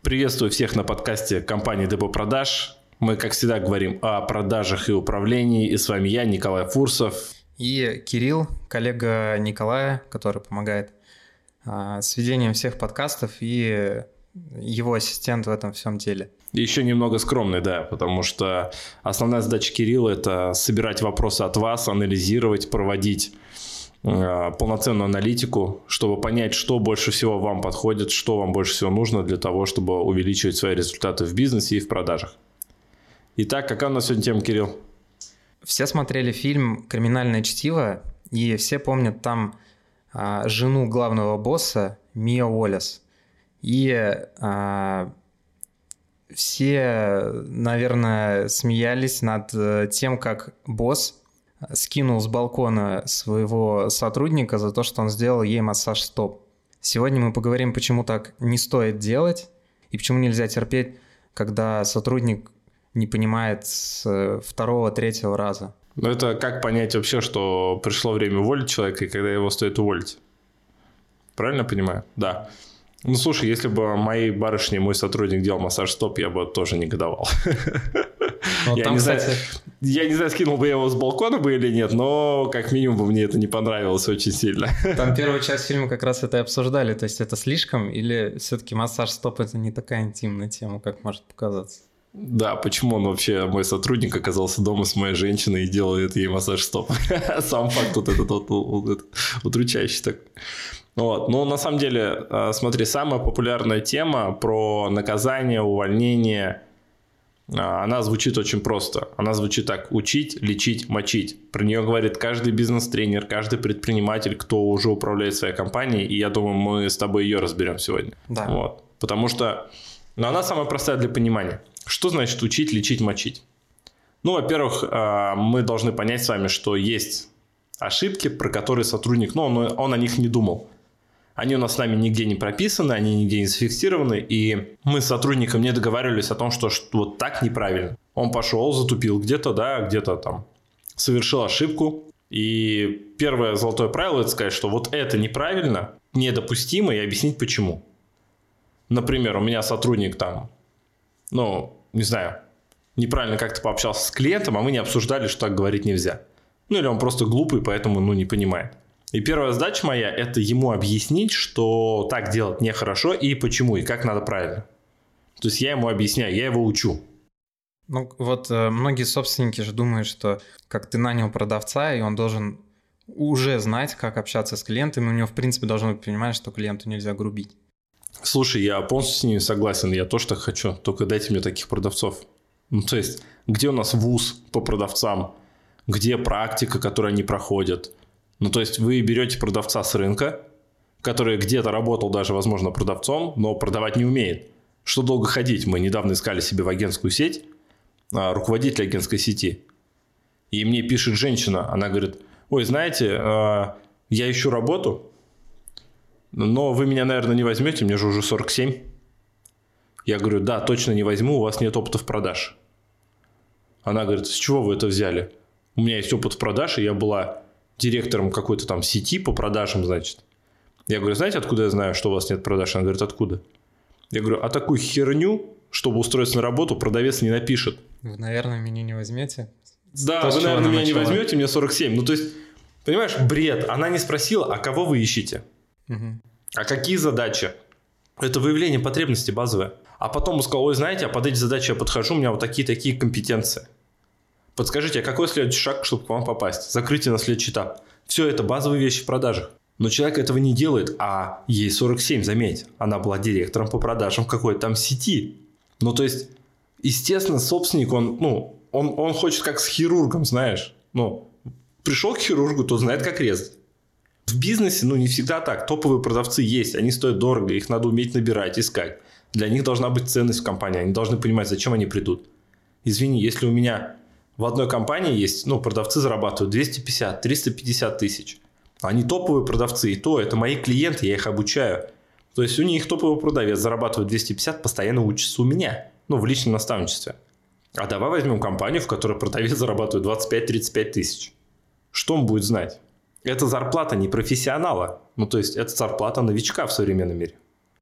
Приветствую всех на подкасте компании Депо Продаж. Мы, как всегда, говорим о продажах и управлении. И с вами я, Николай Фурсов. И Кирилл, коллега Николая, который помогает с ведением всех подкастов и его ассистент в этом всем деле. И еще немного скромный, да, потому что основная задача Кирилла – это собирать вопросы от вас, анализировать, проводить полноценную аналитику, чтобы понять, что больше всего вам подходит, что вам больше всего нужно для того, чтобы увеличивать свои результаты в бизнесе и в продажах. Итак, какая у нас сегодня тема, Кирилл? Все смотрели фильм «Криминальное чтиво», и все помнят там жену главного босса Мия Уоллес. И все, наверное, смеялись над тем, как босс скинул с балкона своего сотрудника за то, что он сделал ей массаж стоп. Сегодня мы поговорим, почему так не стоит делать и почему нельзя терпеть, когда сотрудник не понимает с второго, третьего раза. Ну, это как понять вообще, что пришло время уволить человека и когда его стоит уволить? Правильно понимаю? Да. Ну, слушай, если бы моей барышне мой сотрудник делал массаж стоп, я бы тоже негодовал. Вот я не знаю, скинул бы я его с балкона бы или нет, но как минимум бы мне это не понравилось очень сильно. Там первую часть фильма как раз это и обсуждали, то есть это слишком или все-таки массаж стоп это не такая интимная тема, как может показаться? Да, почему он вообще, мой сотрудник, оказался дома с моей женщиной и делает ей массаж стоп? Сам факт вот этот удручающий так. Вот. Но на самом деле, смотри, самая популярная тема про наказание, увольнение, она звучит очень просто. Она звучит так: учить, лечить, мочить. Про нее говорит каждый бизнес-тренер, каждый предприниматель, кто уже управляет своей компанией, и я думаю, мы с тобой ее разберем сегодня. Да. Вот. Потому что она самая простая для понимания. Что значит учить, лечить, мочить? Ну, во-первых, мы должны понять с вами, что есть ошибки, про которые сотрудник, он о них не думал. Они у нас с нами нигде не прописаны, они нигде не зафиксированы, и мы с сотрудником не договаривались о том, что вот так неправильно. Он пошел, затупил где-то там, совершил ошибку, и первое золотое правило – это сказать, что вот это неправильно, недопустимо, и объяснить почему. Например, у меня сотрудник там, не знаю, неправильно как-то пообщался с клиентом, а мы не обсуждали, что так говорить нельзя. Ну, или он просто глупый, поэтому, не понимает. И первая задача моя – это ему объяснить, что так делать нехорошо и почему, и как надо правильно. То есть я ему объясняю, я его учу. Ну, вот многие собственники же думают, что как ты нанял продавца, и он должен уже знать, как общаться с клиентами, у него, в принципе, должно быть понимание, что клиенту нельзя грубить. Слушай, я полностью с ними согласен, я тоже так хочу, только дайте мне таких продавцов. То есть, где у нас вуз по продавцам, где практика, которую они проходят. То есть, вы берете продавца с рынка, который где-то работал даже, возможно, продавцом, но продавать не умеет. Что долго ходить? Мы недавно искали себе в агентскую сеть, руководителя агентской сети. И мне пишет женщина, она говорит: ой, знаете, я ищу работу, но вы меня, наверное, не возьмете, мне же уже 47. Я говорю: да, точно не возьму, у вас нет опыта в продаж. Она говорит: с чего вы это взяли? У меня есть опыт в продаже, я была директором какой-то там сети по продажам, значит. Я говорю: знаете, откуда я знаю, что у вас нет продаж? Она говорит: откуда? Я говорю: а такую херню, чтобы устроиться на работу, продавец не напишет. Вы, наверное, меня не возьмете? Да, вы, наверное, меня не возьмете, мне 47. То есть, понимаешь, бред. Она не спросила, а кого вы ищете? Угу. А какие задачи? Это выявление потребностей базовое. А потом он сказал: ой, знаете, а под эти задачи я подхожу, у меня вот такие компетенции. Подскажите, а какой следующий шаг, чтобы к вам попасть? Закрытие на следующий этап. Все это базовые вещи в продажах. Но человек этого не делает, а ей 47, заметь. Она была директором по продажам в какой-то там сети. То есть, естественно, собственник, он хочет как с хирургом, знаешь. Пришел к хирургу, то знает, как резать. В бизнесе, не всегда так. Топовые продавцы есть, они стоят дорого, их надо уметь набирать, искать. Для них должна быть ценность в компании, они должны понимать, зачем они придут. Извини, если у меня в одной компании есть, продавцы зарабатывают 250-350 тысяч. Они топовые продавцы, и то, это мои клиенты, я их обучаю. То есть у них топовый продавец зарабатывает 250, постоянно учится у меня, в личном наставничестве. А давай возьмем компанию, в которой продавец зарабатывает 25-35 тысяч. Что он будет знать? Это зарплата не профессионала. То есть это зарплата новичка в современном мире.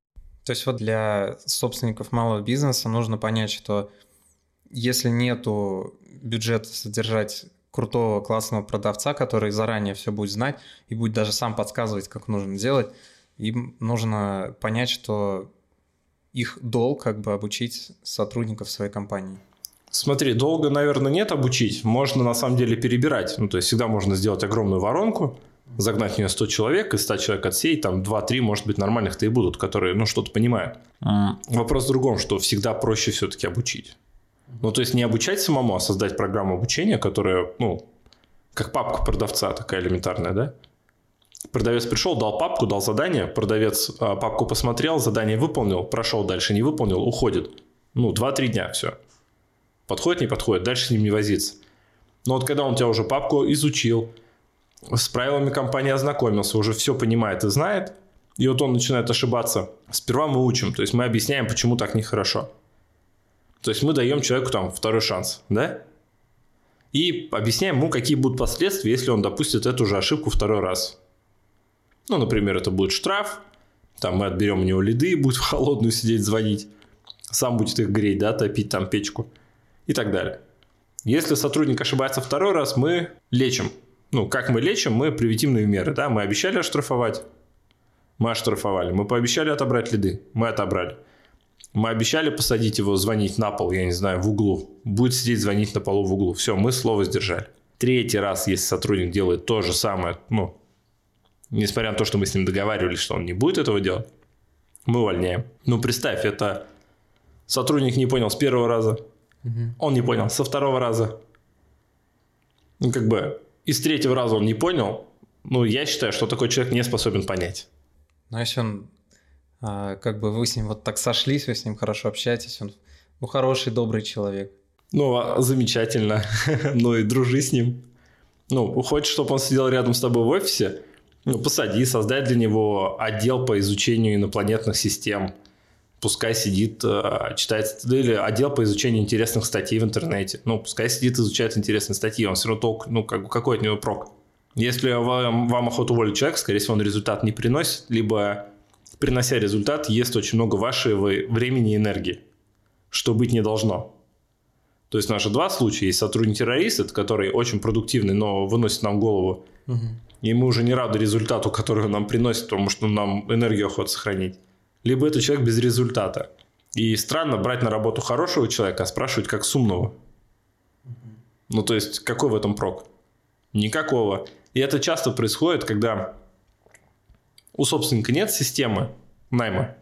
То есть вот для собственников малого бизнеса нужно понять, что если нету бюджета содержать крутого, классного продавца, который заранее все будет знать и будет даже сам подсказывать, как нужно делать, им нужно понять, что их долг как бы обучить сотрудников своей компании. Смотри, долго, наверное, нет обучить. Можно на самом деле перебирать. То есть всегда можно сделать огромную воронку, загнать в нее 100 человек, и 100 человек отсеять, там 2-3, может быть, нормальных-то и будут, которые, что-то понимают. Вопрос в другом, что всегда проще все-таки обучить. То есть не обучать самому, а создать программу обучения, которая, как папка продавца такая элементарная, да? Продавец пришел, дал папку, дал задание, продавец папку посмотрел, задание выполнил, прошел дальше, не выполнил, уходит. 2-3 дня, все. Подходит, не подходит, дальше с ним не возиться. Но вот когда он у тебя уже папку изучил, с правилами компании ознакомился, уже все понимает и знает, и вот он начинает ошибаться. Сперва мы учим, то есть мы объясняем, почему так нехорошо. То есть мы даем человеку там второй шанс, да? И объясняем ему, какие будут последствия, если он допустит эту же ошибку второй раз. Например, это будет штраф, там мы отберем у него лиды, будет в холодную сидеть, звонить, сам будет их греть, да, топить там печку и так далее. Если сотрудник ошибается второй раз, мы лечим. Как мы лечим? Мы превентивные меры, да, мы обещали оштрафовать, мы оштрафовали, мы пообещали отобрать лиды, мы отобрали. Мы обещали посадить его, звонить на пол, я не знаю, в углу. Будет сидеть, звонить на полу в углу. Все, мы слово сдержали. Третий раз, если сотрудник делает то же самое, несмотря на то, что мы с ним договаривались, что он не будет этого делать, мы увольняем. Представь, это сотрудник не понял с первого раза, он не понял со второго раза. И с третьего раза он не понял. Я считаю, что такой человек не способен понять. Но если он... вы с ним вот так сошлись, вы с ним хорошо общаетесь, он хороший, добрый человек. Замечательно. И дружи с ним. Хочешь, чтобы он сидел рядом с тобой в офисе? Посади, создай для него отдел по изучению инопланетных систем. Пускай сидит, читает, или отдел по изучению интересных статей в интернете. Пускай сидит, изучает интересные статьи, он все равно толк, какой от него прок. Если вам охота уволить человека, скорее всего, он результат не приносит, либо... принося результат, ест очень много вашего времени и энергии, что быть не должно. То есть наши два случая. Есть сотрудник-террорист, который очень продуктивный, но выносит нам голову. И мы уже не рады результату, который он нам приносит, потому что нам энергию охота сохранить. Либо это человек без результата. И странно брать на работу хорошего человека, а спрашивать как с умного. То есть какой в этом прок? Никакого. И это часто происходит, когда... у собственника нет системы найма,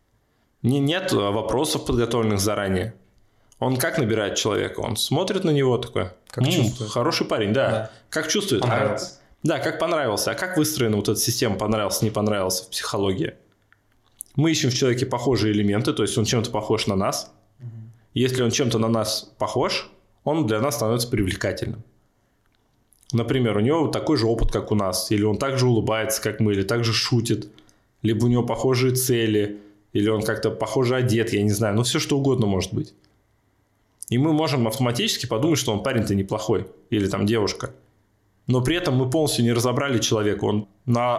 нет вопросов, подготовленных заранее. Он как набирает человека? Он смотрит на него такой, как чувствует. Хороший парень, да. Как чувствует? Понравился. Да, как понравился. А как выстроена вот эта система понравился, не понравился в психологии? Мы ищем в человеке похожие элементы, то есть он чем-то похож на нас. Если он чем-то на нас похож, он для нас становится привлекательным. Например, у него такой же опыт, как у нас, или он так же улыбается, как мы, или так же шутит, либо у него похожие цели, или он как-то похоже одет, я не знаю, все что угодно может быть. И мы можем автоматически подумать, что он парень-то неплохой, или там девушка. Но при этом мы полностью не разобрали человека, он на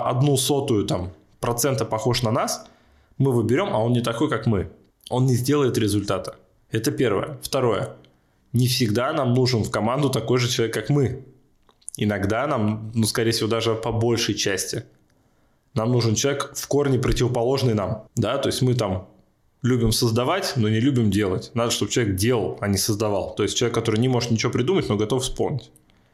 0,01% похож на нас, мы его берем, а он не такой, как мы. Он не сделает результата. Это первое. Второе. Не всегда нам нужен в команду такой же человек, как мы. Иногда нам, скорее всего, даже по большей части, нам нужен человек в корне противоположный нам. Да? То есть мы там любим создавать, но не любим делать. Надо, чтобы человек делал, а не создавал. То есть человек, который не может ничего придумать, но готов исполнить.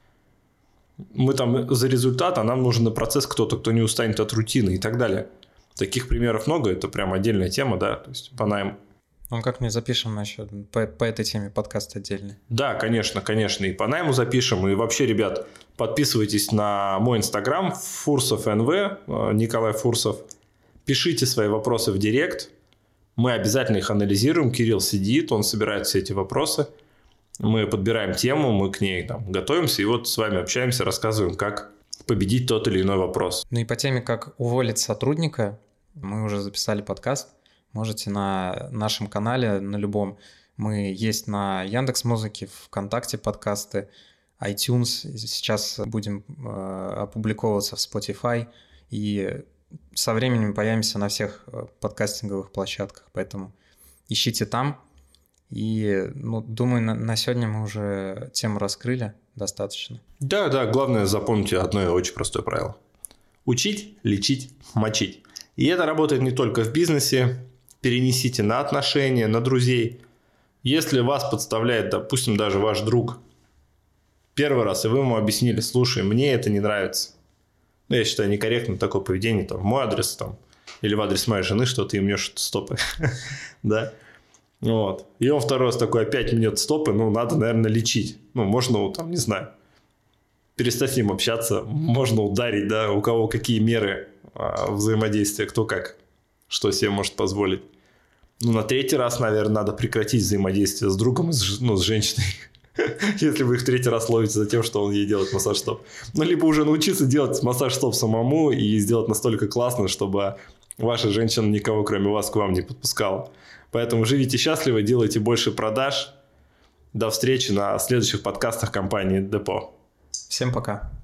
Мы там за результат, а нам нужен на процесс кто-то, кто не устанет от рутины и так далее. Таких примеров много, это прям отдельная тема, да, то есть по найму. Как-нибудь запишем еще по этой теме подкаст отдельный. Да, конечно, и по найму запишем. И вообще, ребят, подписывайтесь на мой инстаграм Фурсов НВ, Николай Фурсов. Пишите свои вопросы в директ. Мы обязательно их анализируем. Кирилл сидит, он собирает все эти вопросы. Мы подбираем тему, мы к ней готовимся. И вот с вами общаемся, рассказываем, как победить тот или иной вопрос. И по теме, как уволить сотрудника, мы уже записали подкаст. Можете на нашем канале, на любом. Мы есть на Яндекс.Музыке, ВКонтакте подкасты, iTunes. Сейчас будем опубликовываться в Spotify. И со временем появимся на всех подкастинговых площадках, поэтому ищите там. И, думаю, на сегодня мы уже тему раскрыли достаточно. Да, главное запомните одно очень простое правило. Учить, лечить, мочить. И это работает не только в бизнесе. Перенесите на отношения, на друзей. Если вас подставляет, допустим, даже ваш друг первый раз, и вы ему объяснили: слушай, мне это не нравится. Я считаю некорректным такое поведение в мой адрес или в адрес моей жены, что ты мнешь стопы. Да. Вот. И он второй раз такой опять мнет стопы, надо, наверное, лечить. Можно, не знаю, перестать с ним общаться, можно ударить, да, у кого какие меры взаимодействия, кто как, что себе может позволить. На третий раз, наверное, надо прекратить взаимодействие с другом, с женщиной, если вы их в третий раз ловите за тем, что он ей делает массаж стоп. Либо уже научиться делать массаж стоп самому и сделать настолько классно, чтобы ваша женщина никого, кроме вас, к вам не подпускала. Поэтому живите счастливо, делайте больше продаж. До встречи на следующих подкастах компании Депо. Всем пока.